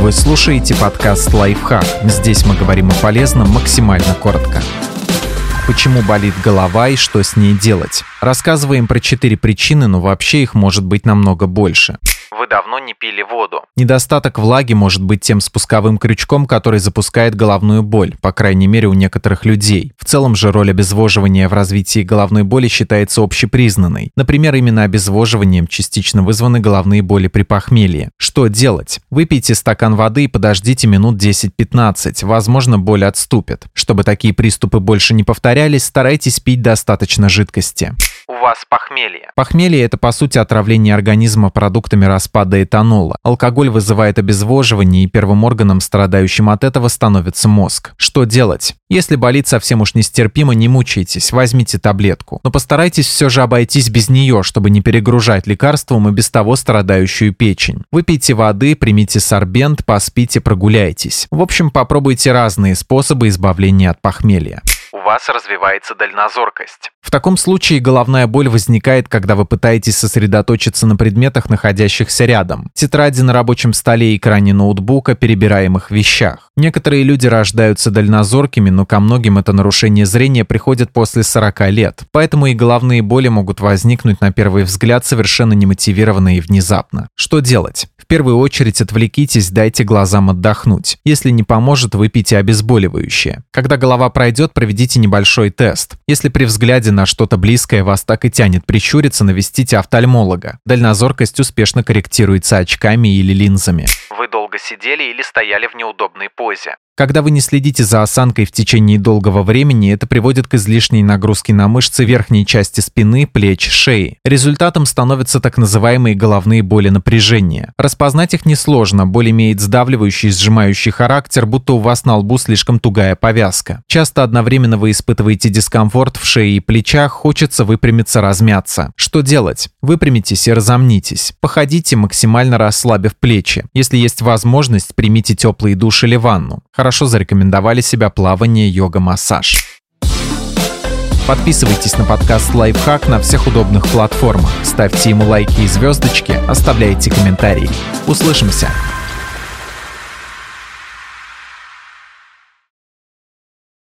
Вы слушаете подкаст «Лайфхак». Здесь мы говорим о полезном максимально коротко. Почему болит голова и что с ней делать? Рассказываем про 4 причины, но вообще их может быть намного больше. Вы давно не пили воду. Недостаток влаги может быть тем спусковым крючком, который запускает головную боль, по крайней мере у некоторых людей. В целом же роль обезвоживания в развитии головной боли считается общепризнанной. Например, именно обезвоживанием частично вызваны головные боли при похмелье. Что делать? Выпейте стакан воды и подождите минут 10-15, возможно, боль отступит. Чтобы такие приступы больше не повторялись, старайтесь пить достаточно жидкости. У вас похмелье. Похмелье – это, по сути, отравление организма продуктами распада этанола. Алкоголь вызывает обезвоживание, и первым органом, страдающим от этого, становится мозг. Что делать? Если болит совсем уж нестерпимо, не мучайтесь, возьмите таблетку. Но постарайтесь все же обойтись без нее, чтобы не перегружать лекарством и без того страдающую печень. Выпейте воды, примите сорбент, поспите, прогуляйтесь. В общем, попробуйте разные способы избавления от похмелья. У вас развивается дальнозоркость. В таком случае головная боль возникает, когда вы пытаетесь сосредоточиться на предметах, находящихся рядом. Тетради на рабочем столе, экране ноутбука, перебираемых вещах. Некоторые люди рождаются дальнозоркими, но ко многим это нарушение зрения приходит после 40 лет. Поэтому и головные боли могут возникнуть на первый взгляд совершенно немотивированно и внезапно. Что делать? В первую очередь отвлекитесь, дайте глазам отдохнуть. Если не поможет, выпейте обезболивающее. Когда голова пройдет, проведите небольшой тест. Если при взгляде на что-то близкое вас так и тянет прищуриться, навестите офтальмолога. Дальнозоркость успешно корректируется очками или линзами. Вы долго сидели или стояли в неудобной позе. Когда вы не следите за осанкой в течение долгого времени, это приводит к излишней нагрузке на мышцы верхней части спины, плеч, шеи. Результатом становятся так называемые головные боли напряжения. Распознать их несложно, боль имеет сдавливающий, сжимающий характер, будто у вас на лбу слишком тугая повязка. Часто одновременно вы испытываете дискомфорт в шее и плечах, хочется выпрямиться, размяться. Что делать? Выпрямитесь и разомнитесь. Походите, максимально расслабив плечи. Если есть возможность, примите теплый душ или ванну. Хорошо зарекомендовали себя плавание, йога, массаж. Подписывайтесь на подкаст «Лайфхак» на всех удобных платформах. Ставьте ему лайки и звездочки, оставляйте комментарии. Услышимся!